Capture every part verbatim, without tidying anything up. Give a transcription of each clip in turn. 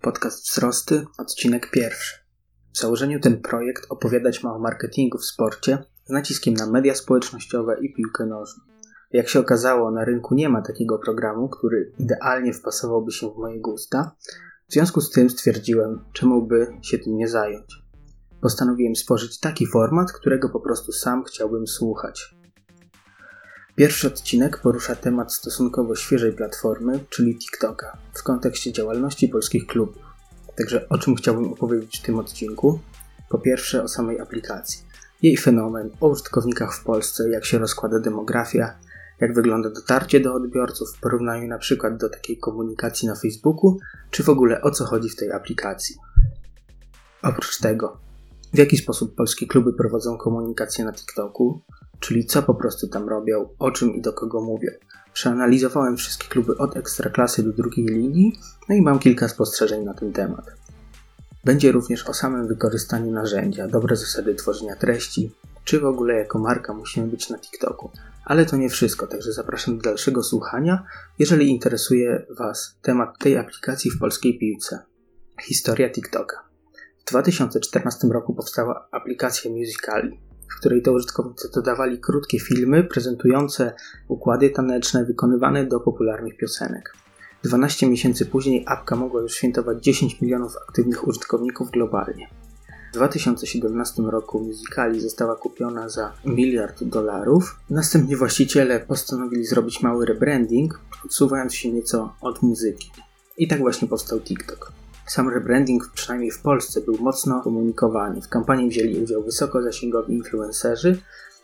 Podcast Wzrosty, odcinek pierwszy. W założeniu ten projekt opowiadać ma o marketingu w sporcie z naciskiem na media społecznościowe i piłkę nożną. Jak się okazało, na rynku nie ma takiego programu, który idealnie wpasowałby się w moje gusta. W związku z tym stwierdziłem, czemu by się tym nie zająć. Postanowiłem stworzyć taki format, którego po prostu sam chciałbym słuchać. Pierwszy odcinek porusza temat stosunkowo świeżej platformy, czyli TikToka, w kontekście działalności polskich klubów. Także o czym chciałbym opowiedzieć w tym odcinku? Po pierwsze o samej aplikacji, jej fenomen, o użytkownikach w Polsce, jak się rozkłada demografia, jak wygląda dotarcie do odbiorców w porównaniu na przykład do takiej komunikacji na Facebooku, czy w ogóle o co chodzi w tej aplikacji. Oprócz tego, w jaki sposób polskie kluby prowadzą komunikację na TikToku, czyli co po prostu tam robią, o czym i do kogo mówią. Przeanalizowałem wszystkie kluby od ekstraklasy do drugiej ligi, no i mam kilka spostrzeżeń na ten temat. Będzie również o samym wykorzystaniu narzędzia, dobre zasady tworzenia treści, czy w ogóle jako marka musimy być na TikToku. Ale to nie wszystko, także zapraszam do dalszego słuchania, jeżeli interesuje Was temat tej aplikacji w polskiej piłce. Historia TikToka. W dwa tysiące czternastym roku powstała aplikacja Musical.ly, w której to użytkownicy dodawali krótkie filmy prezentujące układy taneczne wykonywane do popularnych piosenek. dwanaście miesięcy później apka mogła już świętować dziesięć milionów aktywnych użytkowników globalnie. W dwa tysiące siedemnastym roku Musical.ly została kupiona za miliard dolarów. Następnie właściciele postanowili zrobić mały rebranding, odsuwając się nieco od muzyki. I tak właśnie powstał TikTok. Sam rebranding, przynajmniej w Polsce, był mocno komunikowany. W kampanii wzięli udział wysokozasięgowi influencerzy,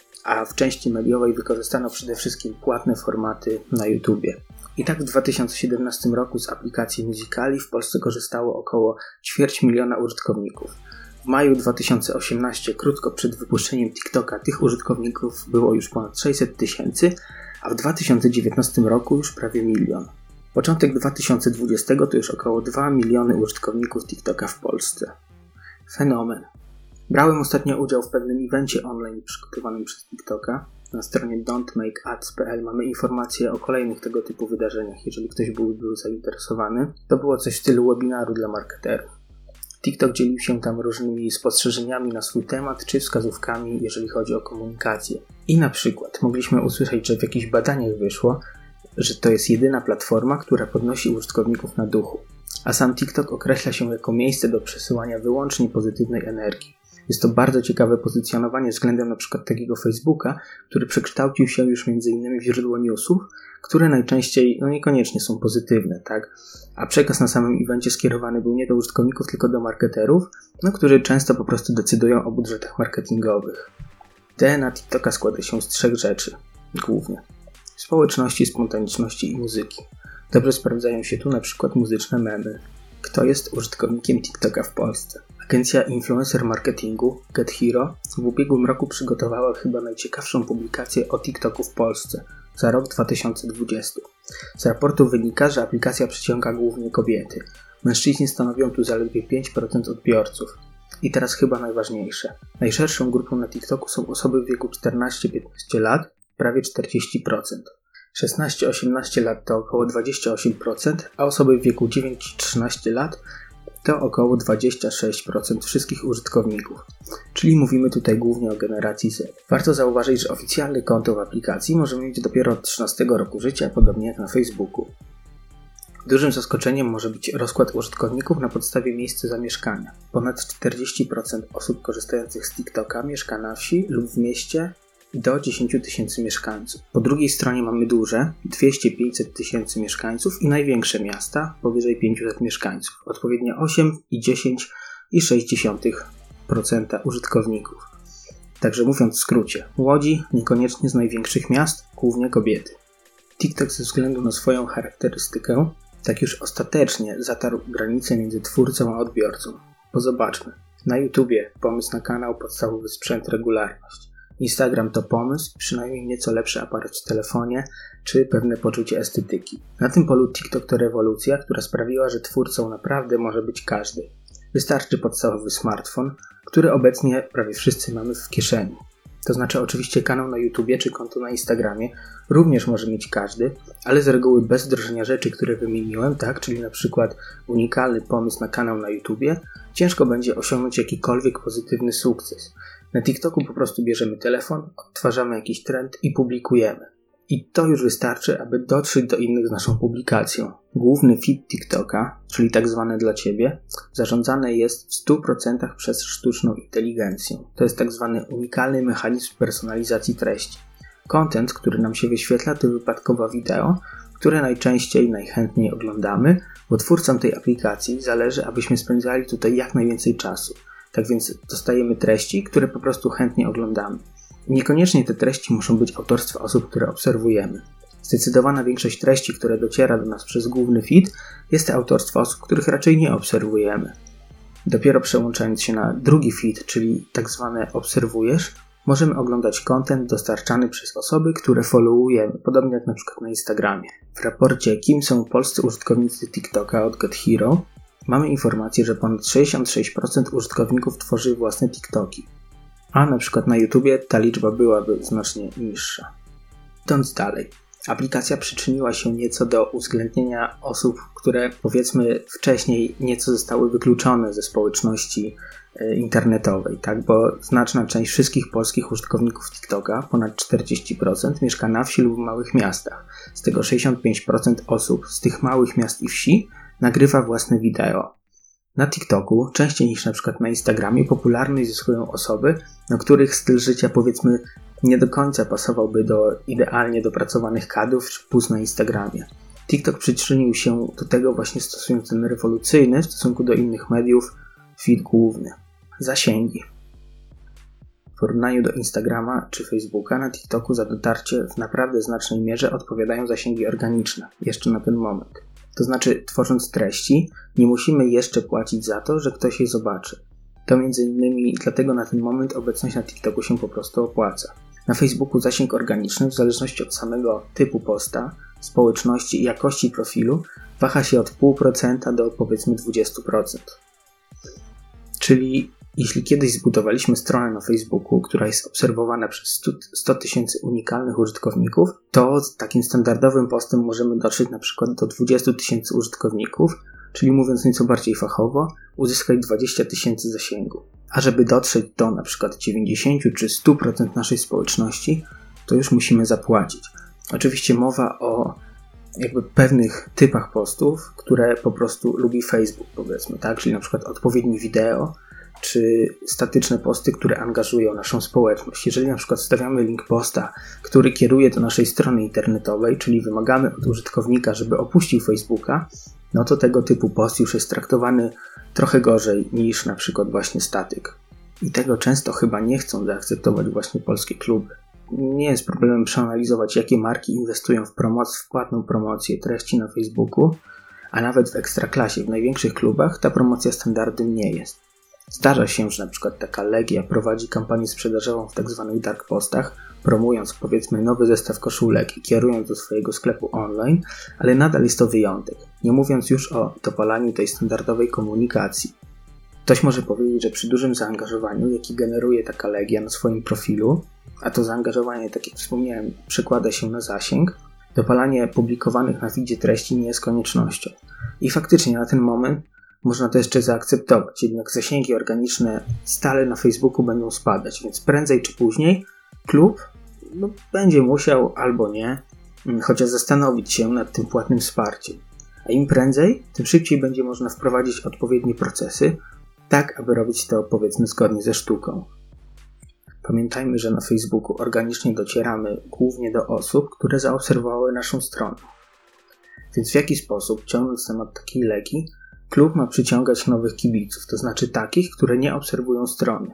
a w części mediowej wykorzystano przede wszystkim płatne formaty na YouTubie. I tak w dwa tysiące siedemnastym roku z aplikacji Musical.ly w Polsce korzystało około ćwierć miliona użytkowników. W maju dwa tysiące osiemnastego, krótko przed wypuszczeniem TikToka, tych użytkowników było już ponad sześćset tysięcy, a w dwa tysiące dziewiętnastym roku już prawie milion. Początek dwa tysiące dwudziestego to już około dwa miliony użytkowników TikToka w Polsce. Fenomen. Brałem ostatnio udział w pewnym evencie online przygotowanym przez TikToka. Na stronie don't make ads kropka p l mamy informacje o kolejnych tego typu wydarzeniach, jeżeli ktoś był, był zainteresowany. To było coś w stylu webinaru dla marketerów. TikTok dzielił się tam różnymi spostrzeżeniami na swój temat, czy wskazówkami, jeżeli chodzi o komunikację. I na przykład mogliśmy usłyszeć, że w jakichś badaniach wyszło, że to jest jedyna platforma, która podnosi użytkowników na duchu. A sam TikTok określa się jako miejsce do przesyłania wyłącznie pozytywnej energii. Jest to bardzo ciekawe pozycjonowanie względem na przykład takiego Facebooka, który przekształcił się już między innymi w źródło newsów, które najczęściej no niekoniecznie są pozytywne, tak? A przekaz na samym evencie skierowany był nie do użytkowników, tylko do marketerów, no, którzy często po prostu decydują o budżetach marketingowych. D N A TikToka składa się z trzech rzeczy, głównie. Społeczności, spontaniczności i muzyki. Dobrze sprawdzają się tu na przykład muzyczne memy. Kto jest użytkownikiem TikToka w Polsce? Agencja influencer marketingu GetHero w ubiegłym roku przygotowała chyba najciekawszą publikację o TikToku w Polsce za rok dwa tysiące dwudziesty. Z raportu wynika, że aplikacja przyciąga głównie kobiety. Mężczyźni stanowią tu zaledwie pięć procent odbiorców. I teraz chyba najważniejsze. Najszerszą grupą na TikToku są osoby w wieku czternaście do piętnastu lat, prawie czterdzieści procent. szesnaście do osiemnastu lat to około dwadzieścia osiem procent, a osoby w wieku dziewięć do trzynastu lat to około dwadzieścia sześć procent wszystkich użytkowników. Czyli mówimy tutaj głównie o generacji Z. Warto zauważyć, że oficjalne konto w aplikacji możemy mieć dopiero od trzynastego roku życia, podobnie jak na Facebooku. Dużym zaskoczeniem może być rozkład użytkowników na podstawie miejsca zamieszkania. Ponad czterdzieści procent osób korzystających z TikToka mieszka na wsi lub w mieście do dziesięć tysięcy mieszkańców. Po drugiej stronie mamy duże, dwieście do pięciuset tysięcy mieszkańców i największe miasta, powyżej pięciuset mieszkańców, odpowiednio osiem i dziesięć i sześć dziesiątych procent użytkowników. Także mówiąc w skrócie, młodzi, niekoniecznie z największych miast, głównie kobiety. TikTok ze względu na swoją charakterystykę tak już ostatecznie zatarł granicę między twórcą a odbiorcą. Bo zobaczmy, na YouTubie pomysł na kanał, podstawowy sprzęt, regularność. Instagram to pomysł i przynajmniej nieco lepszy aparat w telefonie, czy pewne poczucie estetyki. Na tym polu TikTok to rewolucja, która sprawiła, że twórcą naprawdę może być każdy. Wystarczy podstawowy smartfon, który obecnie prawie wszyscy mamy w kieszeni. To znaczy oczywiście kanał na YouTubie czy konto na Instagramie również może mieć każdy, ale z reguły bez wdrożenia rzeczy, które wymieniłem, tak, czyli na przykład unikalny pomysł na kanał na YouTubie, ciężko będzie osiągnąć jakikolwiek pozytywny sukces. Na TikToku po prostu bierzemy telefon, odtwarzamy jakiś trend i publikujemy. I to już wystarczy, aby dotrzeć do innych z naszą publikacją. Główny feed TikToka, czyli tak zwane dla Ciebie, zarządzane jest w stu procentach przez sztuczną inteligencję. To jest tak zwany unikalny mechanizm personalizacji treści. Content, który nam się wyświetla, to wypadkowa wideo, które najczęściej, najchętniej oglądamy, bo twórcom tej aplikacji zależy, abyśmy spędzali tutaj jak najwięcej czasu. Tak więc dostajemy treści, które po prostu chętnie oglądamy. Niekoniecznie te treści muszą być autorstwa osób, które obserwujemy. Zdecydowana większość treści, które dociera do nas przez główny feed, jest to autorstwo osób, których raczej nie obserwujemy. Dopiero przełączając się na drugi feed, czyli tak zwane obserwujesz, możemy oglądać content dostarczany przez osoby, które followujemy, podobnie jak na przykład na Instagramie. W raporcie Kim są polscy użytkownicy TikToka od GetHero mamy informację, że ponad sześćdziesiąt sześć procent użytkowników tworzy własne TikToki. A na przykład na YouTubie ta liczba byłaby znacznie niższa. Idąc dalej, aplikacja przyczyniła się nieco do uwzględnienia osób, które powiedzmy wcześniej nieco zostały wykluczone ze społeczności internetowej, tak? Bo znaczna część wszystkich polskich użytkowników TikToka, ponad czterdzieści procent, mieszka na wsi lub w małych miastach. Z tego sześćdziesiąt pięć procent osób z tych małych miast i wsi nagrywa własne wideo. Na TikToku, częściej niż na przykład na Instagramie, popularność zyskują osoby, na których styl życia powiedzmy nie do końca pasowałby do idealnie dopracowanych kadrów czy póz na Instagramie. TikTok przyczynił się do tego właśnie stosując ten rewolucyjny w stosunku do innych mediów feed główny. Zasięgi. W porównaniu do Instagrama czy Facebooka na TikToku za dotarcie w naprawdę znacznej mierze odpowiadają zasięgi organiczne, jeszcze na ten moment. To znaczy, tworząc treści, nie musimy jeszcze płacić za to, że ktoś je zobaczy. To między innymi dlatego na ten moment obecność na TikToku się po prostu opłaca. Na Facebooku zasięg organiczny, w zależności od samego typu posta, społeczności i jakości profilu, waha się od zero przecinek pięć procent do powiedzmy dwadzieścia procent. Czyli jeśli kiedyś zbudowaliśmy stronę na Facebooku, która jest obserwowana przez sto tysięcy unikalnych użytkowników, to z takim standardowym postem możemy dotrzeć na przykład do dwadzieścia tysięcy użytkowników, czyli mówiąc nieco bardziej fachowo, uzyskać dwadzieścia tysięcy zasięgu. A żeby dotrzeć do na przykład dziewięćdziesiąt czy sto procent naszej społeczności, to już musimy zapłacić. Oczywiście mowa o jakby pewnych typach postów, które po prostu lubi Facebook, powiedzmy, tak? Czyli na przykład odpowiednie wideo, czy statyczne posty, które angażują naszą społeczność. Jeżeli na przykład wstawiamy link posta, który kieruje do naszej strony internetowej, czyli wymagamy od użytkownika, żeby opuścił Facebooka, no to tego typu post już jest traktowany trochę gorzej niż na przykład właśnie statyk. I tego często chyba nie chcą zaakceptować właśnie polskie kluby. Nie jest problemem przeanalizować, jakie marki inwestują w, promoc- w płatną promocję treści na Facebooku, a nawet w Ekstraklasie, w największych klubach, ta promocja standardem nie jest. Zdarza się, że na przykład taka Legia prowadzi kampanię sprzedażową w tzw. dark postach, promując powiedzmy nowy zestaw koszulek i kierując do swojego sklepu online, ale nadal jest to wyjątek, nie mówiąc już o dopalaniu tej standardowej komunikacji. Ktoś może powiedzieć, że przy dużym zaangażowaniu, jaki generuje taka Legia na swoim profilu, a to zaangażowanie, tak jak wspomniałem, przekłada się na zasięg, dopalanie publikowanych na feedzie treści nie jest koniecznością. I faktycznie na ten moment można to jeszcze zaakceptować, jednak zasięgi organiczne stale na Facebooku będą spadać, więc prędzej czy później klub no, będzie musiał albo nie, chociaż zastanowić się nad tym płatnym wsparciem. A im prędzej, tym szybciej będzie można wprowadzić odpowiednie procesy, tak aby robić to powiedzmy zgodnie ze sztuką. Pamiętajmy, że na Facebooku organicznie docieramy głównie do osób, które zaobserwowały naszą stronę. Więc w jaki sposób, ciągnąc temat takiej legi, klub ma przyciągać nowych kibiców, to znaczy takich, które nie obserwują strony.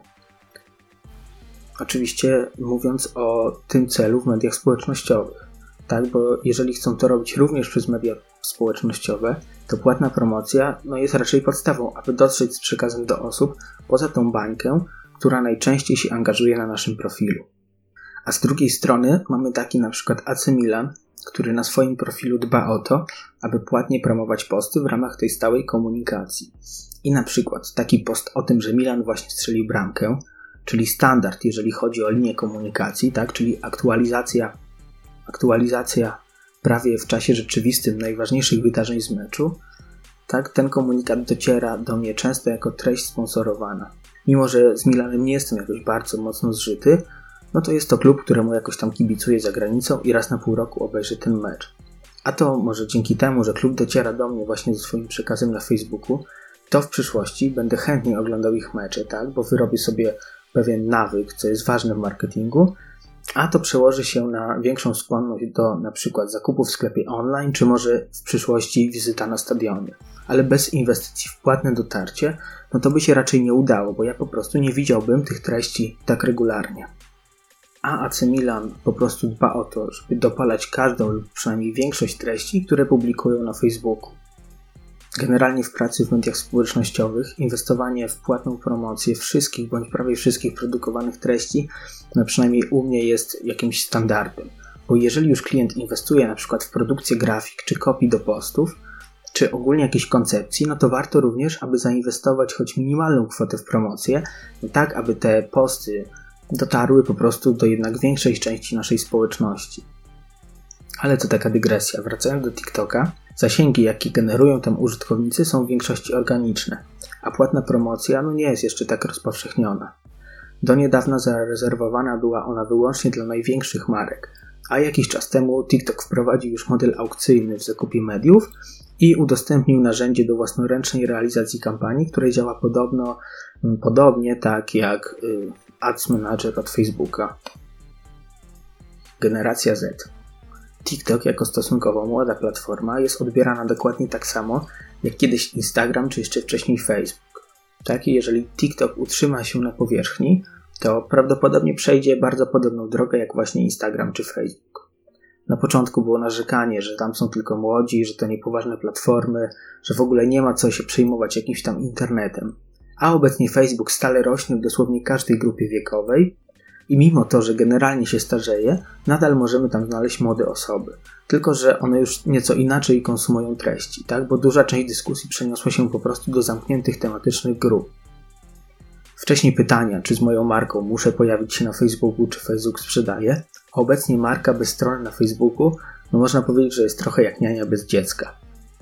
Oczywiście mówiąc o tym celu w mediach społecznościowych, tak, bo jeżeli chcą to robić również przez media społecznościowe, to płatna promocja no, jest raczej podstawą, aby dotrzeć z przekazem do osób poza tą bańkę, która najczęściej się angażuje na naszym profilu. A z drugiej strony mamy taki na przykład A C Milan, który na swoim profilu dba o to, aby płatnie promować posty w ramach tej stałej komunikacji. I na przykład taki post o tym, że Milan właśnie strzelił bramkę, czyli standard, jeżeli chodzi o linię komunikacji, tak, czyli aktualizacja, aktualizacja prawie w czasie rzeczywistym najważniejszych wydarzeń z meczu, tak, ten komunikat dociera do mnie często jako treść sponsorowana. Mimo że z Milanem nie jestem jakoś bardzo mocno zżyty, no to jest to klub, któremu jakoś tam kibicuję za granicą i raz na pół roku obejrzę ten mecz. A to może dzięki temu, że klub dociera do mnie właśnie ze swoim przekazem na Facebooku, to w przyszłości będę chętniej oglądał ich mecze, tak, bo wyrobię sobie pewien nawyk, co jest ważne w marketingu, a to przełoży się na większą skłonność do na przykład zakupów w sklepie online, czy może w przyszłości wizyta na stadionie. Ale bez inwestycji w płatne dotarcie, no to by się raczej nie udało, bo ja po prostu nie widziałbym tych treści tak regularnie. A A C Milan po prostu dba o to, żeby dopalać każdą lub przynajmniej większość treści, które publikują na Facebooku. Generalnie w pracy w mediach społecznościowych inwestowanie w płatną promocję wszystkich bądź prawie wszystkich produkowanych treści, no przynajmniej u mnie, jest jakimś standardem. Bo jeżeli już klient inwestuje na przykład w produkcję grafik czy kopii do postów, czy ogólnie jakiejś koncepcji, no to warto również, aby zainwestować choć minimalną kwotę w promocję, no tak aby te posty dotarły po prostu do jednak większej części naszej społeczności. Ale to taka dygresja. Wracając do TikToka, zasięgi, jakie generują tam użytkownicy, są w większości organiczne, a płatna promocja no nie jest jeszcze tak rozpowszechniona. Do niedawna zarezerwowana była ona wyłącznie dla największych marek, a jakiś czas temu TikTok wprowadził już model aukcyjny w zakupie mediów i udostępnił narzędzie do własnoręcznej realizacji kampanii, które działa podobno, podobnie tak jak y, Ads Manager od Facebooka. Generacja Z. TikTok jako stosunkowo młoda platforma jest odbierana dokładnie tak samo jak kiedyś Instagram czy jeszcze wcześniej Facebook. Tak, i jeżeli TikTok utrzyma się na powierzchni, to prawdopodobnie przejdzie bardzo podobną drogę jak właśnie Instagram czy Facebook. Na początku było narzekanie, że tam są tylko młodzi, że to niepoważne platformy, że w ogóle nie ma co się przejmować jakimś tam internetem. A obecnie Facebook stale rośnie w dosłownie każdej grupie wiekowej i mimo to, że generalnie się starzeje, nadal możemy tam znaleźć młode osoby. Tylko że one już nieco inaczej konsumują treści, tak? Bo duża część dyskusji przeniosła się po prostu do zamkniętych tematycznych grup. Wcześniej pytania, czy z moją marką muszę pojawić się na Facebooku, czy Facebook sprzedaje. Obecnie marka bez strony na Facebooku, no można powiedzieć, że jest trochę jak niania bez dziecka.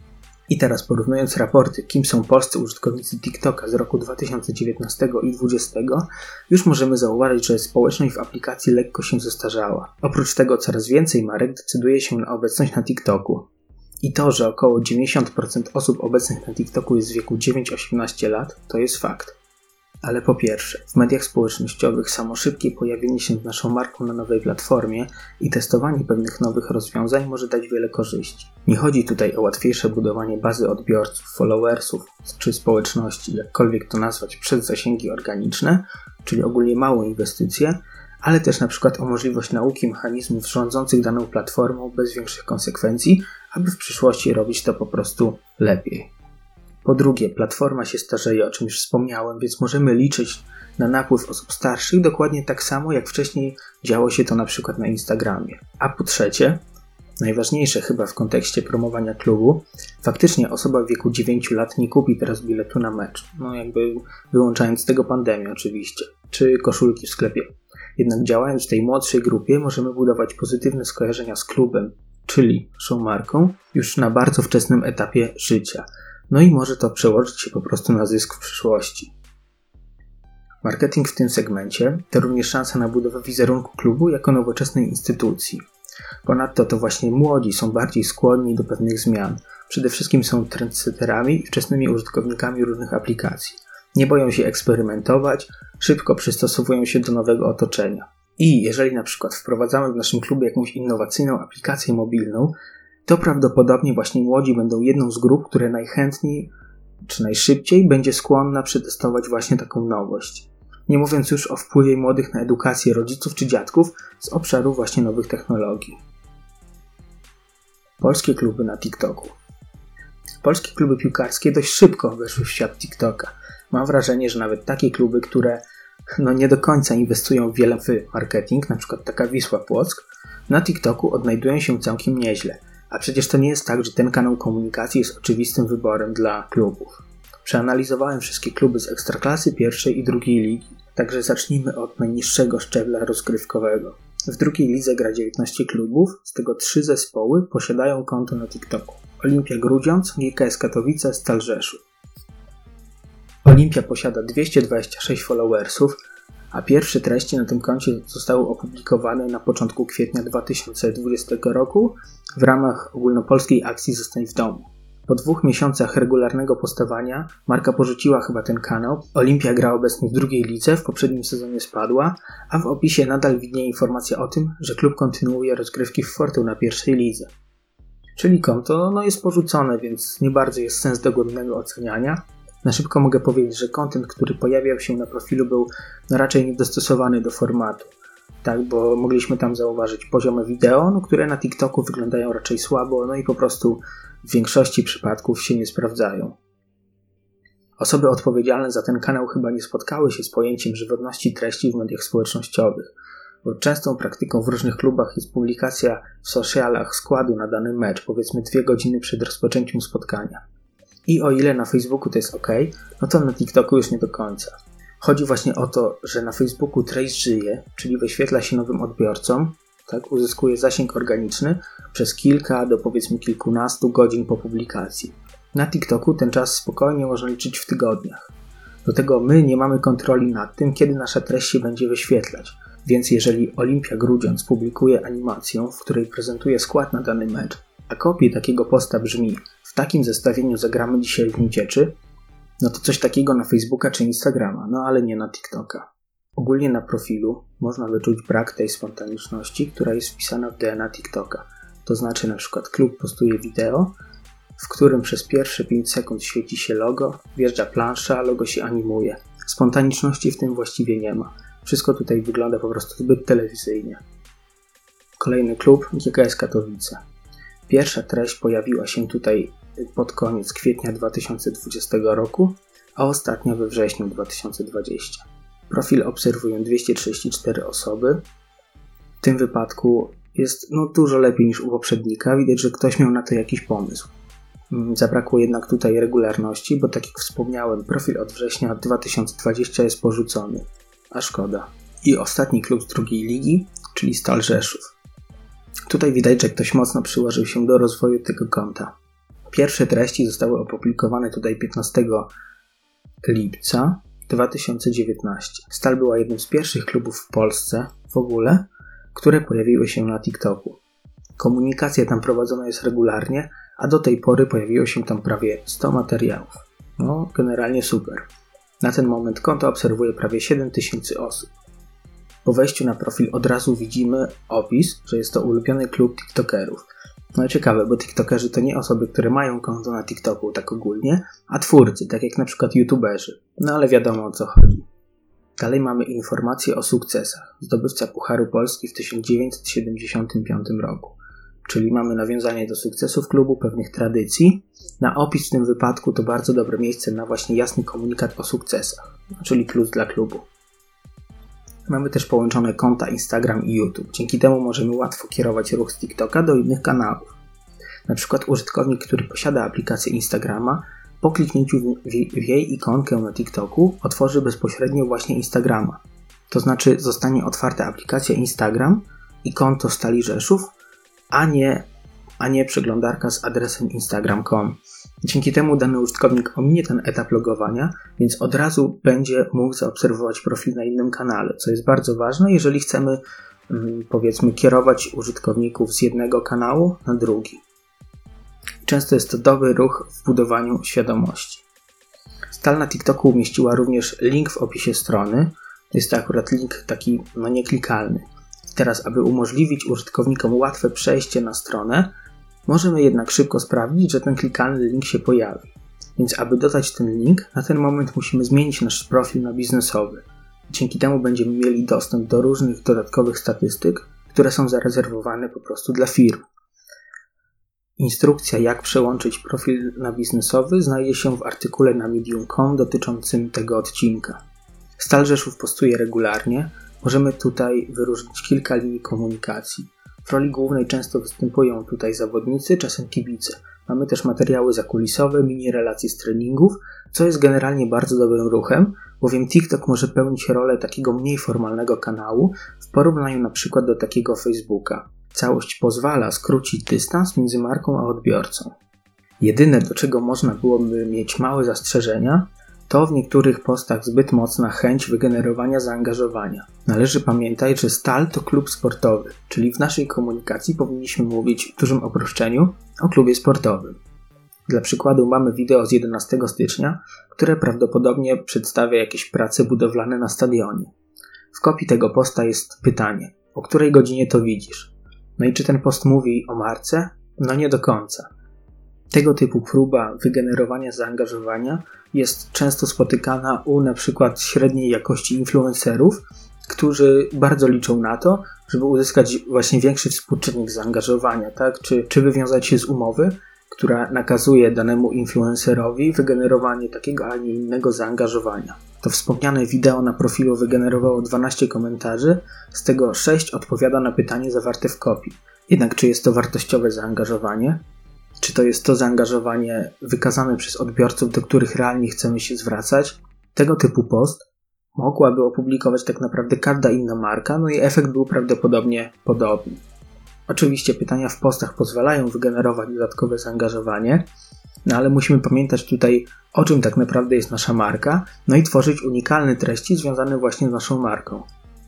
I teraz porównując raporty, kim są polscy użytkownicy TikToka z roku dwa tysiące dziewiętnastego i dwa tysiące dwudziestego, już możemy zauważyć, że społeczność w aplikacji lekko się zestarzała. Oprócz tego coraz więcej marek decyduje się na obecność na TikToku. I to, że około dziewięćdziesiąt procent osób obecnych na TikToku jest w wieku dziewięć do osiemnastu lat, to jest fakt. Ale po pierwsze, w mediach społecznościowych samo szybkie pojawienie się z naszą marką na nowej platformie i testowanie pewnych nowych rozwiązań może dać wiele korzyści. Nie chodzi tutaj o łatwiejsze budowanie bazy odbiorców, followersów czy społeczności, jakkolwiek to nazwać, przez zasięgi organiczne, czyli ogólnie małą inwestycję, ale też na przykład o możliwość nauki mechanizmów rządzących daną platformą bez większych konsekwencji, aby w przyszłości robić to po prostu lepiej. Po drugie, platforma się starzeje, o czym już wspomniałem, więc możemy liczyć na napływ osób starszych dokładnie tak samo, jak wcześniej działo się to na przykład na Instagramie. A po trzecie, najważniejsze chyba w kontekście promowania klubu, faktycznie osoba w wieku dziewięciu lat nie kupi teraz biletu na mecz, no jakby wyłączając z tego pandemię oczywiście, czy koszulki w sklepie. Jednak działając w tej młodszej grupie możemy budować pozytywne skojarzenia z klubem, czyli naszą marką, już na bardzo wczesnym etapie życia. No i może to przełożyć się po prostu na zysk w przyszłości. Marketing w tym segmencie to również szansa na budowę wizerunku klubu jako nowoczesnej instytucji. Ponadto to właśnie młodzi są bardziej skłonni do pewnych zmian. Przede wszystkim są trendsetterami i wczesnymi użytkownikami różnych aplikacji. Nie boją się eksperymentować, szybko przystosowują się do nowego otoczenia. I jeżeli na przykład wprowadzamy w naszym klubie jakąś innowacyjną aplikację mobilną, to prawdopodobnie właśnie młodzi będą jedną z grup, które najchętniej czy najszybciej będzie skłonna przetestować właśnie taką nowość. Nie mówiąc już o wpływie młodych na edukację rodziców czy dziadków z obszaru właśnie nowych technologii. Polskie kluby na TikToku. Polskie kluby piłkarskie dość szybko weszły w świat TikToka. Mam wrażenie, że nawet takie kluby, które no nie do końca inwestują wiele w marketing, na przykład taka Wisła Płock, na TikToku odnajdują się całkiem nieźle. A przecież to nie jest tak, że ten kanał komunikacji jest oczywistym wyborem dla klubów. Przeanalizowałem wszystkie kluby z Ekstraklasy pierwszej i drugiej ligi. Także zacznijmy od najniższego szczebla rozgrywkowego. W drugiej lidze gra dziewiętnaście klubów, z tego trzy zespoły posiadają konto na TikToku. Olimpia Grudziądz, G K S Katowice, Stal Rzeszów. Olimpia posiada dwieście dwadzieścia sześć followersów, a pierwsze treści na tym koncie zostały opublikowane na początku kwietnia dwa tysiące dwudziestego roku w ramach ogólnopolskiej akcji Zostań w domu. Po dwóch miesiącach regularnego postawania marka porzuciła chyba ten kanał. Olimpia gra obecnie w drugiej lidze, w poprzednim sezonie spadła, a w opisie nadal widnieje informacja o tym, że klub kontynuuje rozgrywki w Forteu na pierwszej lidze. Czyli konto no, jest porzucone, więc nie bardzo jest sens dogłębnego oceniania. Na szybko mogę powiedzieć, że content, który pojawiał się na profilu, był no, raczej niedostosowany do formatu. Tak, bo mogliśmy tam zauważyć poziomy wideo, no, które na TikToku wyglądają raczej słabo, no i po prostu w większości przypadków się nie sprawdzają. Osoby odpowiedzialne za ten kanał chyba nie spotkały się z pojęciem żywotności treści w mediach społecznościowych, bo częstą praktyką w różnych klubach jest publikacja w socialach składu na dany mecz, powiedzmy dwie godziny przed rozpoczęciem spotkania. I o ile na Facebooku to jest ok, no to na TikToku już nie do końca. Chodzi właśnie o to, że na Facebooku treść żyje, czyli wyświetla się nowym odbiorcom, tak, uzyskuje zasięg organiczny przez kilka do powiedzmy kilkunastu godzin po publikacji. Na TikToku ten czas spokojnie można liczyć w tygodniach. Do tego my nie mamy kontroli nad tym, kiedy nasza treść się będzie wyświetlać, więc jeżeli Olimpia Grudziądz publikuje animację, w której prezentuje skład na dany mecz, a kopie takiego posta brzmi: w takim zestawieniu zagramy dzisiaj w Niecieczy, no to coś takiego na Facebooka czy Instagrama, no ale nie na TikToka. Ogólnie na profilu można wyczuć brak tej spontaniczności, która jest wpisana w D N A TikToka. To znaczy na przykład klub postuje wideo, w którym przez pierwsze pięć sekund świeci się logo, wjeżdża plansza, logo się animuje. Spontaniczności w tym właściwie nie ma. Wszystko tutaj wygląda po prostu zbyt telewizyjnie. Kolejny klub, G K S Katowice. Pierwsza treść pojawiła się tutaj pod koniec kwietnia dwa tysiące dwudziestego roku, a ostatnia we wrześniu dwa tysiące dwudziestego. Profil obserwują dwieście trzydzieści cztery osoby. W tym wypadku jest no, dużo lepiej niż u poprzednika. Widać, że ktoś miał na to jakiś pomysł. Zabrakło jednak tutaj regularności, bo tak jak wspomniałem, profil od września dwa tysiące dwudziestego jest porzucony. A szkoda. I ostatni klub z drugiej ligi, czyli Stal Rzeszów. Tutaj widać, że ktoś mocno przyłożył się do rozwoju tego konta. Pierwsze treści zostały opublikowane tutaj piętnastego lipca dwa tysiące dziewiętnastego. Stal była jednym z pierwszych klubów w Polsce w ogóle, które pojawiły się na TikToku. Komunikacja tam prowadzona jest regularnie, a do tej pory pojawiło się tam prawie sto materiałów. No, generalnie super. Na ten moment konto obserwuje prawie siedem tysięcy osób. Po wejściu na profil od razu widzimy opis, że jest to ulubiony klub TikTokerów. No ciekawe, bo TikTokerzy to nie osoby, które mają konto na TikToku tak ogólnie, a twórcy, tak jak na przykład YouTuberzy. No ale wiadomo o co chodzi. Dalej mamy informacje o sukcesach. Zdobywca Pucharu Polski w tysiąc dziewięćset siedemdziesiątym piątym roku. Czyli mamy nawiązanie do sukcesów klubu, pewnych tradycji. Na opis w tym wypadku to bardzo dobre miejsce na właśnie jasny komunikat o sukcesach, czyli plus dla klubu. Mamy też połączone konta Instagram i YouTube. Dzięki temu możemy łatwo kierować ruch z TikToka do innych kanałów. Na przykład użytkownik, który posiada aplikację Instagrama, po kliknięciu w, w jej ikonkę na TikToku otworzy bezpośrednio właśnie Instagrama. To znaczy zostanie otwarta aplikacja Instagram i konto Stali Rzeszów, a nie, a nie przeglądarka z adresem instagram kropka com. Dzięki temu dany użytkownik ominie ten etap logowania, więc od razu będzie mógł zaobserwować profil na innym kanale, co jest bardzo ważne, jeżeli chcemy powiedzmy kierować użytkowników z jednego kanału na drugi. Często jest to dobry ruch w budowaniu świadomości. Stal na TikToku umieściła również link w opisie strony. Jest to akurat link taki no nieklikalny. Teraz, aby umożliwić użytkownikom łatwe przejście na stronę, możemy jednak szybko sprawdzić, że ten klikalny link się pojawi. Więc aby dodać ten link, na ten moment musimy zmienić nasz profil na biznesowy. Dzięki temu będziemy mieli dostęp do różnych dodatkowych statystyk, które są zarezerwowane po prostu dla firm. Instrukcja, jak przełączyć profil na biznesowy, znajdzie się w artykule na medium kropka com dotyczącym tego odcinka. Stal Rzeszów postuje regularnie. Możemy tutaj wyróżnić kilka linii komunikacji. W roli głównej często występują tutaj zawodnicy, czasem kibice. Mamy też materiały zakulisowe, mini relacje z treningów, co jest generalnie bardzo dobrym ruchem, bowiem TikTok może pełnić rolę takiego mniej formalnego kanału w porównaniu na przykład do takiego Facebooka. Całość pozwala skrócić dystans między marką a odbiorcą. Jedyne, do czego można byłoby mieć małe zastrzeżenia, to w niektórych postach zbyt mocna chęć wygenerowania zaangażowania. Należy pamiętać, że Stal to klub sportowy, czyli w naszej komunikacji powinniśmy mówić w dużym uproszczeniu o klubie sportowym. Dla przykładu mamy wideo z jedenastego stycznia, które prawdopodobnie przedstawia jakieś prace budowlane na stadionie. W kopii tego posta jest pytanie, o której godzinie to widzisz? No i czy ten post mówi o marce? No nie do końca. Tego typu próba wygenerowania zaangażowania jest często spotykana u na przykład średniej jakości influencerów, którzy bardzo liczą na to, żeby uzyskać właśnie większy współczynnik zaangażowania, tak? Czy, czy wywiązać się z umowy, która nakazuje danemu influencerowi wygenerowanie takiego, a nie innego zaangażowania. To wspomniane wideo na profilu wygenerowało dwanaście komentarzy, z tego sześć odpowiada na pytanie zawarte w kopii. Jednak czy jest to wartościowe zaangażowanie? Czy to jest to zaangażowanie wykazane przez odbiorców, do których realnie chcemy się zwracać? Tego typu post mogłaby opublikować tak naprawdę każda inna marka, no i efekt był prawdopodobnie podobny. Oczywiście pytania w postach pozwalają wygenerować dodatkowe zaangażowanie, no ale musimy pamiętać tutaj, o czym tak naprawdę jest nasza marka, no i tworzyć unikalne treści związane właśnie z naszą marką.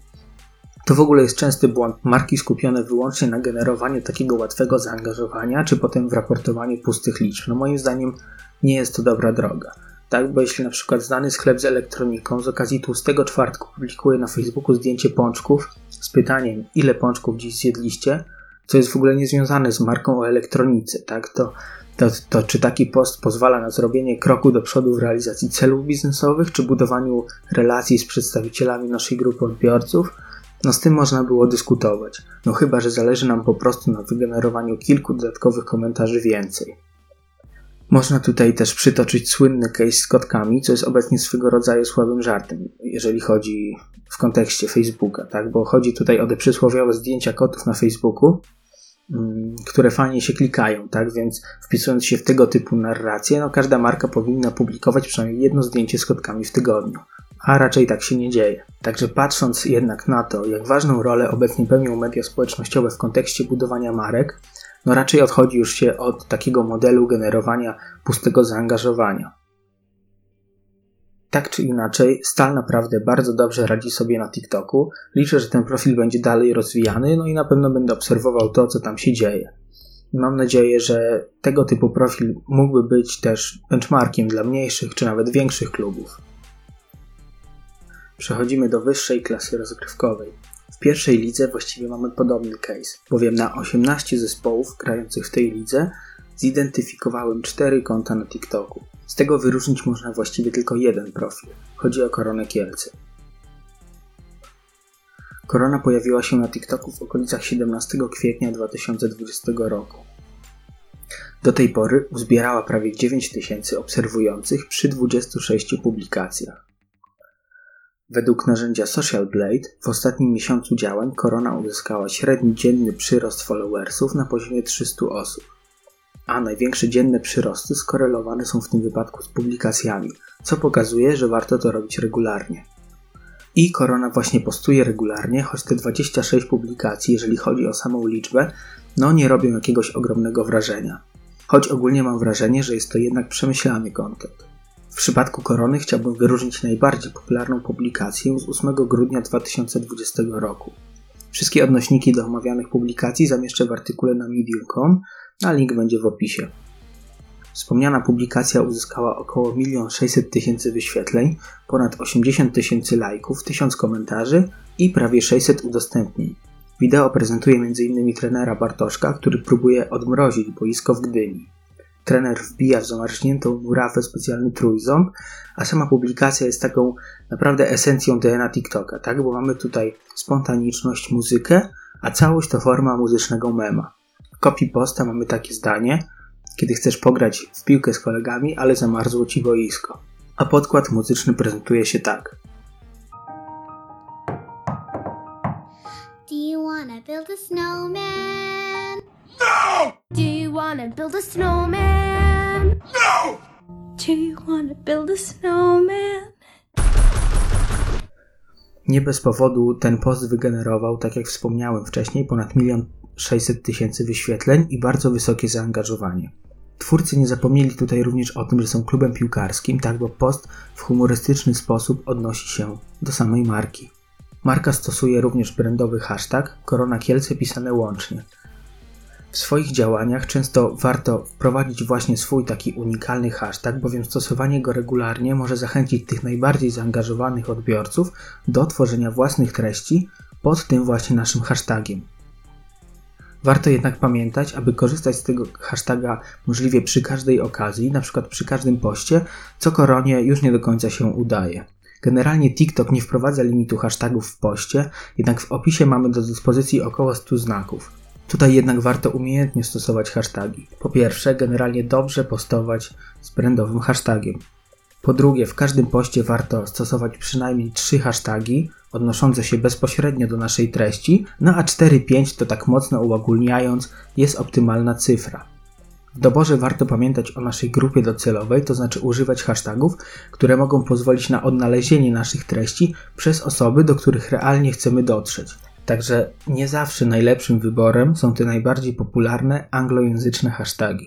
To w ogóle jest częsty błąd. Marki skupione wyłącznie na generowaniu takiego łatwego zaangażowania, czy potem w raportowaniu pustych liczb. No moim zdaniem nie jest to dobra droga. Tak, bo jeśli na przykład znany sklep z elektroniką z okazji tłustego czwartku publikuje na Facebooku zdjęcie pączków z pytaniem, ile pączków dziś zjedliście, co jest w ogóle niezwiązane z marką o elektronice, tak, to, to, to czy taki post pozwala na zrobienie kroku do przodu w realizacji celów biznesowych, czy budowaniu relacji z przedstawicielami naszej grupy odbiorców? No z tym można było dyskutować, no chyba że zależy nam po prostu na wygenerowaniu kilku dodatkowych komentarzy więcej. Można tutaj też przytoczyć słynny case z kotkami, co jest obecnie swego rodzaju słabym żartem, jeżeli chodzi w kontekście Facebooka, tak? Bo chodzi tutaj o te przysłowiowe zdjęcia kotów na Facebooku, mm, które fajnie się klikają, tak? Więc wpisując się w tego typu narrację, no każda marka powinna publikować przynajmniej jedno zdjęcie z kotkami w tygodniu. A raczej tak się nie dzieje. Także patrząc jednak na to, jak ważną rolę obecnie pełnią media społecznościowe w kontekście budowania marek, no raczej odchodzi już się od takiego modelu generowania pustego zaangażowania. Tak czy inaczej, Stal naprawdę bardzo dobrze radzi sobie na TikToku. Liczę, że ten profil będzie dalej rozwijany, no i na pewno będę obserwował to, co tam się dzieje. Mam nadzieję, że tego typu profil mógłby być też benchmarkiem dla mniejszych czy nawet większych klubów. Przechodzimy do wyższej klasy rozgrywkowej. W pierwszej lidze właściwie mamy podobny case, bowiem na osiemnaście zespołów grających w tej lidze zidentyfikowałem cztery konta na TikToku. Z tego wyróżnić można właściwie tylko jeden profil. Chodzi o Koronę Kielce. Korona pojawiła się na TikToku w okolicach siedemnastego kwietnia dwa tysiące dwudziestego roku. Do tej pory uzbierała prawie dziewięć tysięcy obserwujących przy dwudziestu sześciu publikacjach. Według narzędzia Social Blade w ostatnim miesiącu działań Korona uzyskała średni dzienny przyrost followersów na poziomie trzystu osób, a największe dzienne przyrosty skorelowane są w tym wypadku z publikacjami, co pokazuje, że warto to robić regularnie. I Korona właśnie postuje regularnie, choć te dwadzieścia sześć publikacji, jeżeli chodzi o samą liczbę, no nie robią jakiegoś ogromnego wrażenia. Choć ogólnie mam wrażenie, że jest to jednak przemyślany content. W przypadku Korony chciałbym wyróżnić najbardziej popularną publikację z ósmego grudnia dwa tysiące dwudziestego roku. Wszystkie odnośniki do omawianych publikacji zamieszczę w artykule na medium kropka com, a link będzie w opisie. Wspomniana publikacja uzyskała około milion sześćset tysięcy wyświetleń, ponad osiemdziesiąt tysięcy lajków, tysiąc komentarzy i prawie sześćset udostępnień. Wideo prezentuje między innymi trenera Bartoszka, który próbuje odmrozić boisko w Gdyni. Trener wbija w zamarzniętą murawę specjalny trójząb, a sama publikacja jest taką naprawdę esencją D N A TikToka, tak? Bo mamy tutaj spontaniczność, muzykę, a całość to forma muzycznego mema. W kopii posta mamy takie zdanie: kiedy chcesz pograć w piłkę z kolegami, ale zamarzło ci boisko. A podkład muzyczny prezentuje się tak. Do you wanna build a snowman? No! Do you wanna build a snowman? No! Do you wanna build a snowman? Nie bez powodu ten post wygenerował, tak jak wspomniałem wcześniej, ponad milion sześćset tysięcy wyświetleń i bardzo wysokie zaangażowanie. Twórcy nie zapomnieli tutaj również o tym, że są klubem piłkarskim, tak, bo post w humorystyczny sposób odnosi się do samej marki. Marka stosuje również brandowy hashtag Korona Kielce pisane łącznie. W swoich działaniach często warto wprowadzić właśnie swój taki unikalny hashtag, bowiem stosowanie go regularnie może zachęcić tych najbardziej zaangażowanych odbiorców do tworzenia własnych treści pod tym właśnie naszym hashtagiem. Warto jednak pamiętać, aby korzystać z tego hashtaga możliwie przy każdej okazji, na przykład przy każdym poście, co Koronie już nie do końca się udaje. Generalnie TikTok nie wprowadza limitu hashtagów w poście, jednak w opisie mamy do dyspozycji około stu znaków. Tutaj jednak warto umiejętnie stosować hashtagi. Po pierwsze, generalnie dobrze postować z brandowym hashtagiem. Po drugie, w każdym poście warto stosować przynajmniej trzy hashtagi odnoszące się bezpośrednio do naszej treści, no a cztery pięć to tak mocno uogólniając jest optymalna cyfra. W doborze warto pamiętać o naszej grupie docelowej, to znaczy używać hashtagów, które mogą pozwolić na odnalezienie naszych treści przez osoby, do których realnie chcemy dotrzeć. Także nie zawsze najlepszym wyborem są te najbardziej popularne anglojęzyczne hashtagi.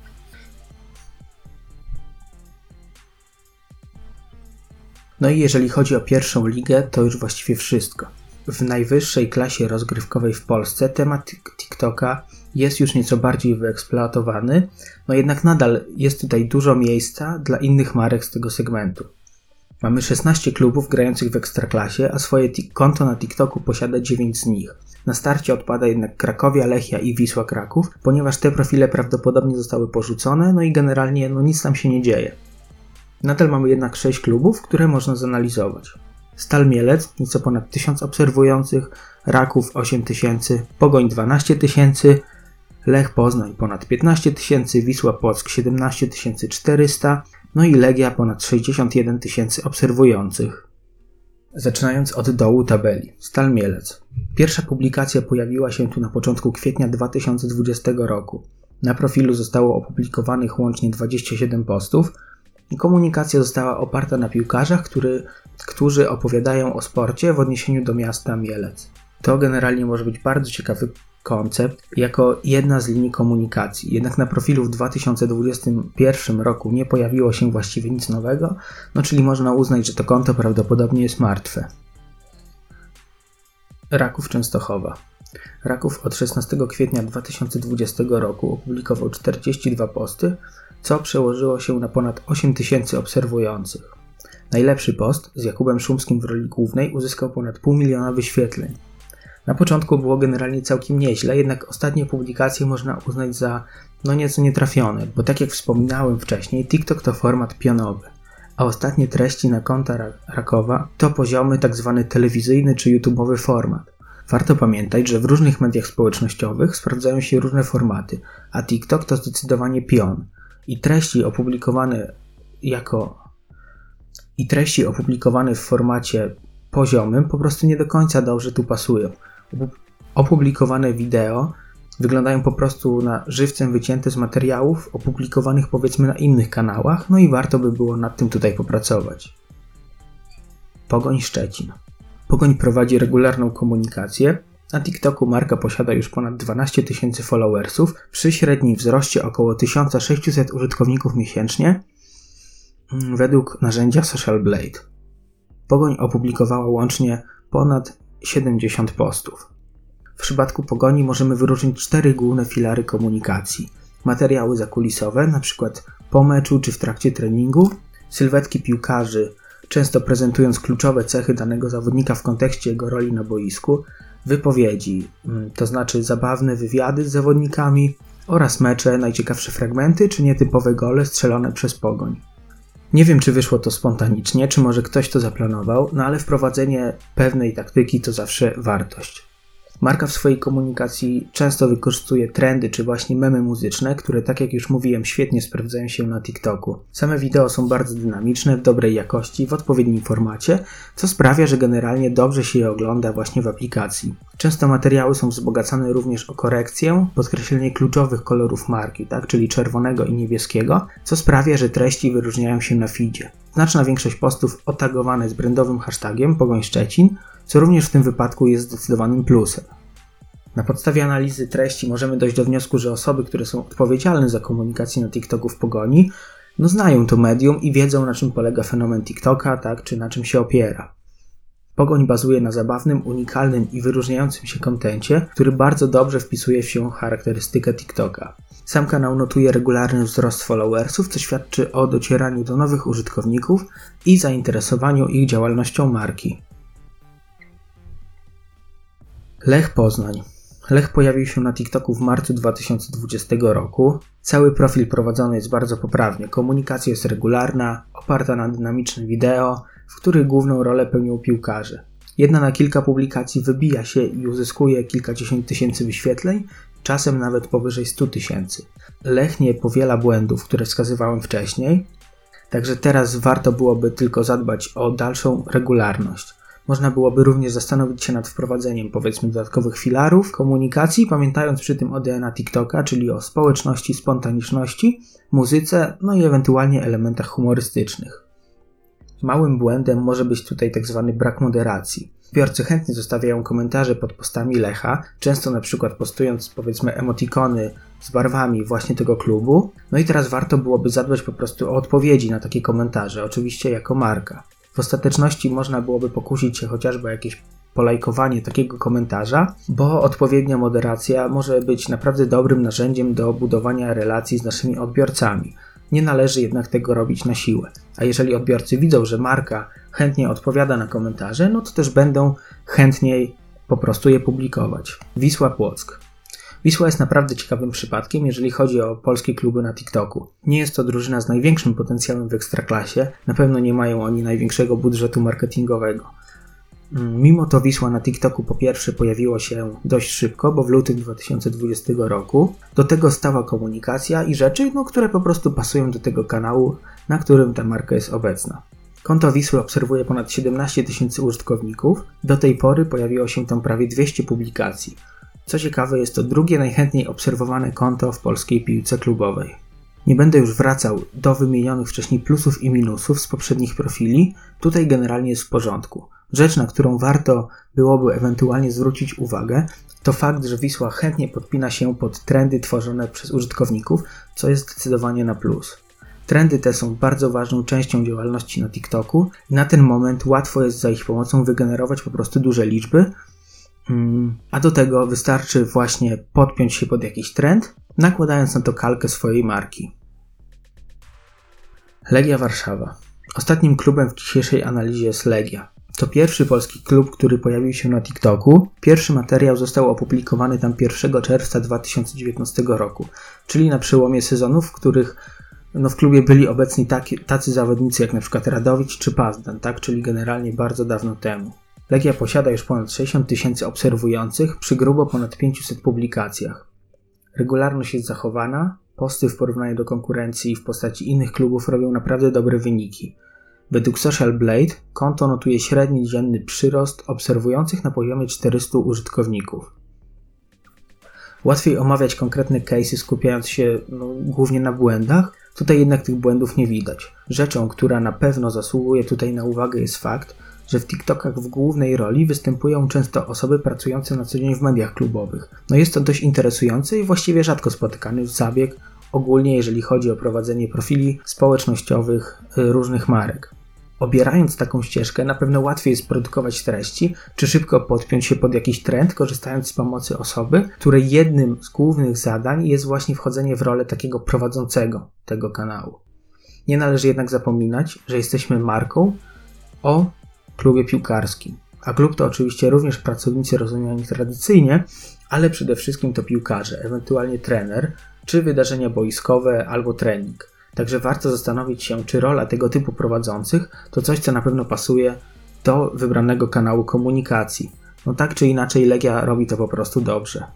No i jeżeli chodzi o pierwszą ligę, to już właściwie wszystko. W najwyższej klasie rozgrywkowej w Polsce temat TikToka jest już nieco bardziej wyeksploatowany, no jednak nadal jest tutaj dużo miejsca dla innych marek z tego segmentu. Mamy szesnaście klubów grających w Ekstraklasie, a swoje t- konto na TikToku posiada dziewięć z nich. Na starcie odpada jednak Krakowia, Lechia i Wisła Kraków, ponieważ te profile prawdopodobnie zostały porzucone, no i generalnie no nic tam się nie dzieje. Nadal mamy jednak sześć klubów, które można zanalizować. Stal Mielec, nieco ponad tysiąc obserwujących, Raków osiem tysięcy, Pogoń dwanaście tysięcy, Lech Poznań ponad piętnaście tysięcy, Wisła Płock siedemnaście tysięcy czterysta, no i Legia ponad sześćdziesiąt jeden tysięcy obserwujących. Zaczynając od dołu tabeli. Stal Mielec. Pierwsza publikacja pojawiła się tu na początku kwietnia dwa tysiące dwudziestego roku. Na profilu zostało opublikowanych łącznie dwadzieścia siedem postów i komunikacja została oparta na piłkarzach, który, którzy opowiadają o sporcie w odniesieniu do miasta Mielec. To generalnie może być bardzo ciekawy koncept jako jedna z linii komunikacji. Jednak na profilu w dwa tysiące dwudziestym pierwszym roku nie pojawiło się właściwie nic nowego, no czyli można uznać, że to konto prawdopodobnie jest martwe. Raków Częstochowa. Raków od szesnastego kwietnia dwa tysiące dwudziestego roku opublikował czterdzieści dwa posty, co przełożyło się na ponad osiem tysięcy obserwujących. Najlepszy post z Jakubem Szumskim w roli głównej uzyskał ponad pół miliona wyświetleń. Na początku było generalnie całkiem nieźle, jednak ostatnie publikacje można uznać za no nieco nietrafione, bo tak jak wspominałem wcześniej, TikTok to format pionowy, a ostatnie treści na konta Rakowa to poziomy tzw. telewizyjny czy YouTube'owy format. Warto pamiętać, że w różnych mediach społecznościowych sprawdzają się różne formaty, a TikTok to zdecydowanie pion i treści opublikowane jako i treści opublikowane w formacie poziomym po prostu nie do końca dobrze tu pasują. Opublikowane wideo wyglądają po prostu na żywcem wycięte z materiałów opublikowanych powiedzmy na innych kanałach, no i warto by było nad tym tutaj popracować. Pogoń Szczecin. Pogoń prowadzi regularną komunikację. Na TikToku marka posiada już ponad dwanaście tysięcy followersów przy średnim wzroście około tysiąc sześćset użytkowników miesięcznie według narzędzia Social Blade. Pogoń opublikowała łącznie ponad siedemdziesiąt postów. W przypadku Pogoni możemy wyróżnić cztery główne filary komunikacji. Materiały zakulisowe, np. po meczu czy w trakcie treningu, sylwetki piłkarzy, często prezentując kluczowe cechy danego zawodnika w kontekście jego roli na boisku, wypowiedzi, to znaczy zabawne wywiady z zawodnikami oraz mecze, najciekawsze fragmenty czy nietypowe gole strzelone przez Pogoń. Nie wiem, czy wyszło to spontanicznie, czy może ktoś to zaplanował, no ale wprowadzenie pewnej taktyki to zawsze wartość. Marka w swojej komunikacji często wykorzystuje trendy czy właśnie memy muzyczne, które, tak jak już mówiłem, świetnie sprawdzają się na TikToku. Same wideo są bardzo dynamiczne, w dobrej jakości, w odpowiednim formacie, co sprawia, że generalnie dobrze się je ogląda właśnie w aplikacji. Często materiały są wzbogacane również o korekcję, podkreślenie kluczowych kolorów marki, tak, czyli czerwonego i niebieskiego, co sprawia, że treści wyróżniają się na feedzie. Znaczna większość postów otagowane z brandowym hashtagiem Pogoń Szczecin, co również w tym wypadku jest zdecydowanym plusem. Na podstawie analizy treści możemy dojść do wniosku, że osoby, które są odpowiedzialne za komunikację na TikToku w Pogoni, no znają to medium i wiedzą, na czym polega fenomen TikToka, tak, czy na czym się opiera. Pogoń bazuje na zabawnym, unikalnym i wyróżniającym się kontencie, który bardzo dobrze wpisuje się w charakterystykę TikToka. Sam kanał notuje regularny wzrost followersów, co świadczy o docieraniu do nowych użytkowników i zainteresowaniu ich działalnością marki. Lech Poznań. Lech pojawił się na TikToku w marcu dwa tysiące dwudziestego roku. Cały profil prowadzony jest bardzo poprawnie. Komunikacja jest regularna, oparta na dynamicznym wideo, w których główną rolę pełnią piłkarze. Jedna na kilka publikacji wybija się i uzyskuje kilkadziesiąt tysięcy wyświetleń, czasem nawet powyżej stu tysięcy. Lech nie powiela błędów, które wskazywałem wcześniej, także teraz warto byłoby tylko zadbać o dalszą regularność. Można byłoby również zastanowić się nad wprowadzeniem, powiedzmy, dodatkowych filarów komunikacji, pamiętając przy tym o D N A TikToka, czyli o społeczności, spontaniczności, muzyce, no i ewentualnie elementach humorystycznych. Małym błędem może być tutaj tzw. brak moderacji. Odbiorcy chętnie zostawiają komentarze pod postami Lecha, często na przykład postując, powiedzmy, emotikony z barwami właśnie tego klubu. No i teraz warto byłoby zadbać po prostu o odpowiedzi na takie komentarze, oczywiście jako marka. W ostateczności można byłoby pokusić się chociażby o jakieś polajkowanie takiego komentarza, bo odpowiednia moderacja może być naprawdę dobrym narzędziem do budowania relacji z naszymi odbiorcami. Nie należy jednak tego robić na siłę. A jeżeli odbiorcy widzą, że marka chętnie odpowiada na komentarze, no to też będą chętniej po prostu je publikować. Wisła Płock. Wisła jest naprawdę ciekawym przypadkiem, jeżeli chodzi o polskie kluby na TikToku. Nie jest to drużyna z największym potencjałem w Ekstraklasie, na pewno nie mają oni największego budżetu marketingowego. Mimo to Wisła na TikToku po pierwsze pojawiło się dość szybko, bo w lutym dwa tysiące dwudziestego roku. Do tego stała komunikacja i rzeczy, no, które po prostu pasują do tego kanału, na którym ta marka jest obecna. Konto Wisły obserwuje ponad siedemnaście tysięcy użytkowników. Do tej pory pojawiło się tam prawie dwieście publikacji. Co ciekawe, jest to drugie najchętniej obserwowane konto w polskiej piłce klubowej. Nie będę już wracał do wymienionych wcześniej plusów i minusów z poprzednich profili, tutaj generalnie jest w porządku. Rzecz, na którą warto byłoby ewentualnie zwrócić uwagę, to fakt, że Wisła chętnie podpina się pod trendy tworzone przez użytkowników, co jest zdecydowanie na plus. Trendy te są bardzo ważną częścią działalności na TikToku i na ten moment łatwo jest za ich pomocą wygenerować po prostu duże liczby, a do tego wystarczy właśnie podpiąć się pod jakiś trend, nakładając na to kalkę swojej marki. Legia Warszawa. Ostatnim klubem w dzisiejszej analizie jest Legia. To pierwszy polski klub, który pojawił się na TikToku. Pierwszy materiał został opublikowany tam pierwszego czerwca dwa tysiące dziewiętnastego roku, czyli na przełomie sezonów, w których no, w klubie byli obecni taki, tacy zawodnicy jak np. Radowicz czy Pazdan, tak? Czyli generalnie bardzo dawno temu. Legia posiada już ponad sześćdziesiąt tysięcy obserwujących przy grubo ponad pięciuset publikacjach. Regularność jest zachowana, posty w porównaniu do konkurencji w postaci innych klubów robią naprawdę dobre wyniki. Według Social Blade konto notuje średni dzienny przyrost obserwujących na poziomie czterystu użytkowników. Łatwiej omawiać konkretne case'y skupiając się no, głównie na błędach, tutaj jednak tych błędów nie widać. Rzeczą, która na pewno zasługuje tutaj na uwagę jest fakt, że w TikTokach w głównej roli występują często osoby pracujące na co dzień w mediach klubowych. No jest to dość interesujący i właściwie rzadko spotykany zabieg, ogólnie jeżeli chodzi o prowadzenie profili społecznościowych różnych marek. Obierając taką ścieżkę, na pewno łatwiej jest produkować treści, czy szybko podpiąć się pod jakiś trend, korzystając z pomocy osoby, której jednym z głównych zadań jest właśnie wchodzenie w rolę takiego prowadzącego tego kanału. Nie należy jednak zapominać, że jesteśmy marką o klubie piłkarskim. A klub to oczywiście również pracownicy rozumiani tradycyjnie, ale przede wszystkim to piłkarze, ewentualnie trener, czy wydarzenia boiskowe albo trening. Także warto zastanowić się, czy rola tego typu prowadzących to coś, co na pewno pasuje do wybranego kanału komunikacji. No tak czy inaczej Legia robi to po prostu dobrze.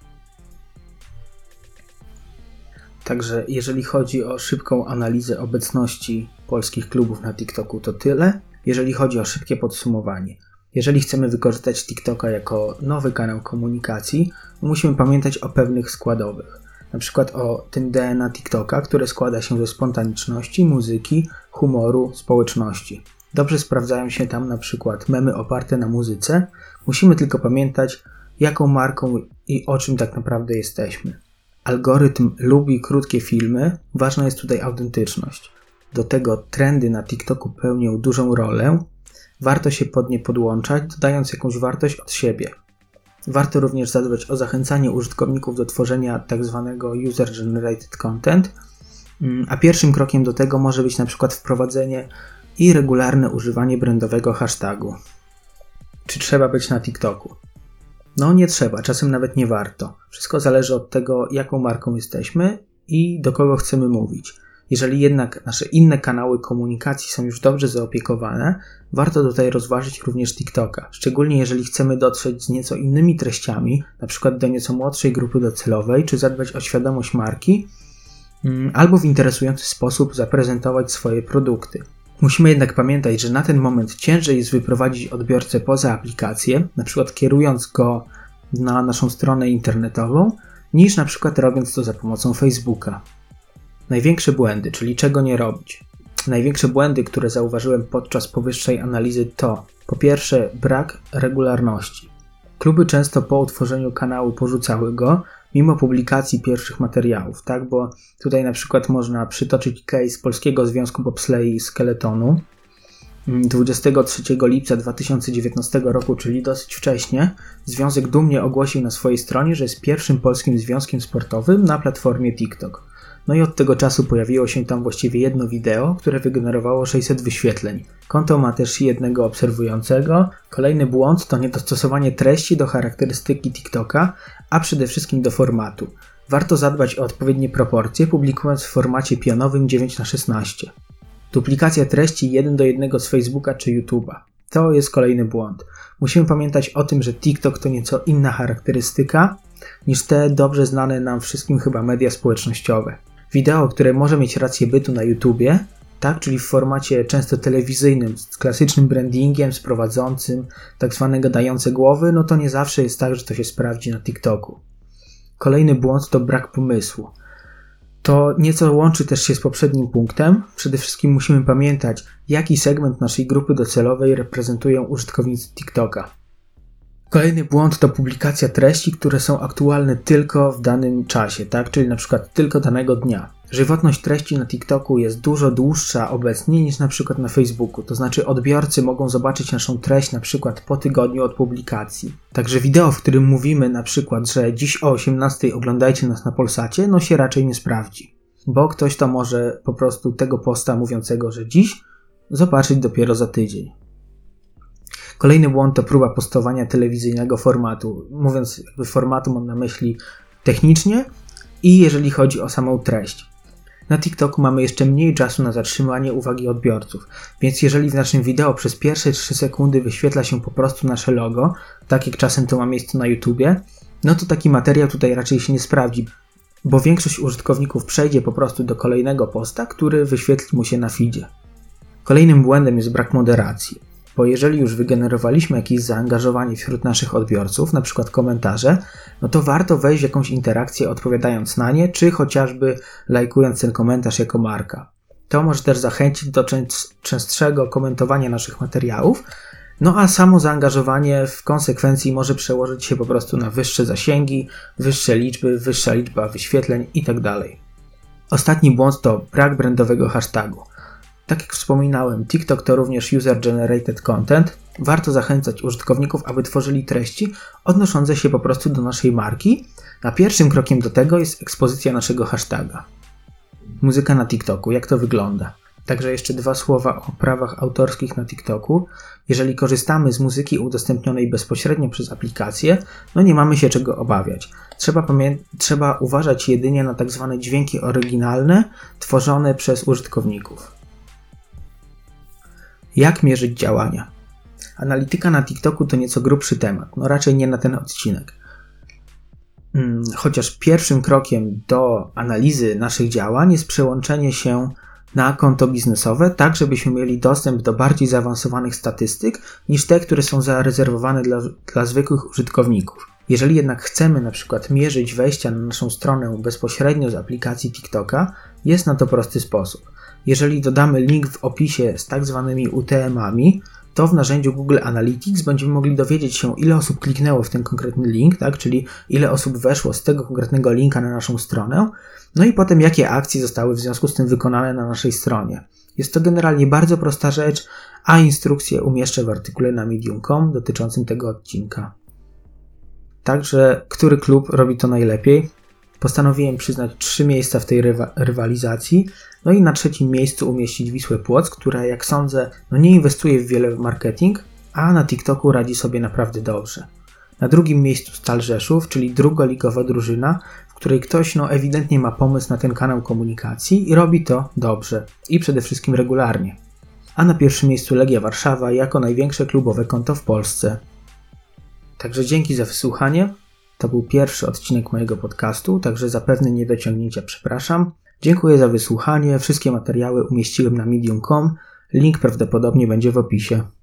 Także jeżeli chodzi o szybką analizę obecności polskich klubów na TikToku, to tyle. Jeżeli chodzi o szybkie podsumowanie. Jeżeli chcemy wykorzystać TikToka jako nowy kanał komunikacji, musimy pamiętać o pewnych składowych. Na przykład o tym D N A TikToka, które składa się ze spontaniczności, muzyki, humoru, społeczności. Dobrze sprawdzają się tam na przykład memy oparte na muzyce. Musimy tylko pamiętać, jaką marką i o czym tak naprawdę jesteśmy. Algorytm lubi krótkie filmy, ważna jest tutaj autentyczność. Do tego trendy na TikToku pełnią dużą rolę. Warto się pod nie podłączać, dodając jakąś wartość od siebie. Warto również zadbać o zachęcanie użytkowników do tworzenia tzw. user-generated content, a pierwszym krokiem do tego może być na przykład wprowadzenie i regularne używanie brandowego hashtagu. Czy trzeba być na TikToku? No nie trzeba, czasem nawet nie warto. Wszystko zależy od tego, jaką marką jesteśmy i do kogo chcemy mówić. Jeżeli jednak nasze inne kanały komunikacji są już dobrze zaopiekowane, warto tutaj rozważyć również TikToka, szczególnie jeżeli chcemy dotrzeć z nieco innymi treściami, np. do nieco młodszej grupy docelowej, czy zadbać o świadomość marki, albo w interesujący sposób zaprezentować swoje produkty. Musimy jednak pamiętać, że na ten moment ciężej jest wyprowadzić odbiorcę poza aplikację, np. kierując go na naszą stronę internetową, niż np. robiąc to za pomocą Facebooka. Największe błędy, czyli czego nie robić. Największe błędy, które zauważyłem podczas powyższej analizy to po pierwsze brak regularności. Kluby często po utworzeniu kanału porzucały go, mimo publikacji pierwszych materiałów, tak? Bo tutaj na przykład można przytoczyć case Polskiego Związku Bobslei Skeletonu. dwudziestego trzeciego lipca dwa tysiące dziewiętnastego roku, czyli dosyć wcześnie, związek dumnie ogłosił na swojej stronie, że jest pierwszym polskim związkiem sportowym na platformie TikTok. No i od tego czasu pojawiło się tam właściwie jedno wideo, które wygenerowało sześćset wyświetleń. Konto ma też jednego obserwującego. Kolejny błąd to niedostosowanie treści do charakterystyki TikToka, a przede wszystkim do formatu. Warto zadbać o odpowiednie proporcje, publikując w formacie pionowym dziewięć na szesnaście. Duplikacja treści jeden do jednego z Facebooka czy YouTube'a. To jest kolejny błąd. Musimy pamiętać o tym, że TikTok to nieco inna charakterystyka niż te dobrze znane nam wszystkim chyba media społecznościowe. Wideo, które może mieć rację bytu na YouTubie, tak, czyli w formacie często telewizyjnym, z klasycznym brandingiem, z prowadzącym, tak zwane gadające głowy, no to nie zawsze jest tak, że to się sprawdzi na TikToku. Kolejny błąd to brak pomysłu. To nieco łączy też się z poprzednim punktem. Przede wszystkim musimy pamiętać, jaki segment naszej grupy docelowej reprezentują użytkownicy TikToka. Kolejny błąd to publikacja treści, które są aktualne tylko w danym czasie, tak? Czyli na przykład tylko danego dnia. Żywotność treści na TikToku jest dużo dłuższa obecnie niż na przykład na Facebooku, to znaczy odbiorcy mogą zobaczyć naszą treść na przykład po tygodniu od publikacji. Także wideo, w którym mówimy na przykład, że dziś o osiemnastej oglądajcie nas na Polsacie, no się raczej nie sprawdzi. Bo ktoś to może po prostu tego posta mówiącego, że dziś, zobaczyć dopiero za tydzień. Kolejny błąd to próba postowania telewizyjnego formatu. Mówiąc jakby formatu mam na myśli technicznie i jeżeli chodzi o samą treść. Na TikToku mamy jeszcze mniej czasu na zatrzymanie uwagi odbiorców, więc jeżeli w naszym wideo przez pierwsze trzy sekundy wyświetla się po prostu nasze logo, tak jak czasem to ma miejsce na YouTubie, no to taki materiał tutaj raczej się nie sprawdzi, bo większość użytkowników przejdzie po prostu do kolejnego posta, który wyświetli mu się na feedzie. Kolejnym błędem jest brak moderacji. Bo jeżeli już wygenerowaliśmy jakieś zaangażowanie wśród naszych odbiorców, na przykład komentarze, no to warto wejść w jakąś interakcję odpowiadając na nie, czy chociażby lajkując ten komentarz jako marka. To może też zachęcić do częstszego komentowania naszych materiałów, no a samo zaangażowanie w konsekwencji może przełożyć się po prostu na wyższe zasięgi, wyższe liczby, wyższa liczba wyświetleń itd. Ostatni błąd to brak brandowego hashtagu. Tak jak wspominałem, TikTok to również user-generated content. Warto zachęcać użytkowników, aby tworzyli treści odnoszące się po prostu do naszej marki, a pierwszym krokiem do tego jest ekspozycja naszego hashtaga. Muzyka na TikToku, jak to wygląda? Także jeszcze dwa słowa o prawach autorskich na TikToku. Jeżeli korzystamy z muzyki udostępnionej bezpośrednio przez aplikację, no nie mamy się czego obawiać. Trzeba, pamię- trzeba uważać jedynie na tak zwane dźwięki oryginalne, tworzone przez użytkowników. Jak mierzyć działania? Analityka na TikToku to nieco grubszy temat, no raczej nie na ten odcinek. Chociaż pierwszym krokiem do analizy naszych działań jest przełączenie się na konto biznesowe, tak żebyśmy mieli dostęp do bardziej zaawansowanych statystyk niż te, które są zarezerwowane dla, dla zwykłych użytkowników. Jeżeli jednak chcemy na przykład mierzyć wejścia na naszą stronę bezpośrednio z aplikacji TikToka, jest na to prosty sposób. Jeżeli dodamy link w opisie z tak zwanymi U T M-ami, to w narzędziu Google Analytics będziemy mogli dowiedzieć się, ile osób kliknęło w ten konkretny link, tak, czyli ile osób weszło z tego konkretnego linka na naszą stronę, no i potem jakie akcje zostały w związku z tym wykonane na naszej stronie. Jest to generalnie bardzo prosta rzecz, a instrukcję umieszczę w artykule na medium kropka com dotyczącym tego odcinka. Także, który klub robi to najlepiej? Postanowiłem przyznać trzy miejsca w tej rywa- rywalizacji, no i na trzecim miejscu umieścić Wisłę Płock, która, jak sądzę, no nie inwestuje w wiele w marketing, a na TikToku radzi sobie naprawdę dobrze. Na drugim miejscu Stal Rzeszów, czyli drugoligowa drużyna, w której ktoś no ewidentnie ma pomysł na ten kanał komunikacji i robi to dobrze i przede wszystkim regularnie. A na pierwszym miejscu Legia Warszawa jako największe klubowe konto w Polsce. Także dzięki za wysłuchanie. To był pierwszy odcinek mojego podcastu, także za pewne niedociągnięcia przepraszam. Dziękuję za wysłuchanie. Wszystkie materiały umieściłem na medium kropka com. Link prawdopodobnie będzie w opisie.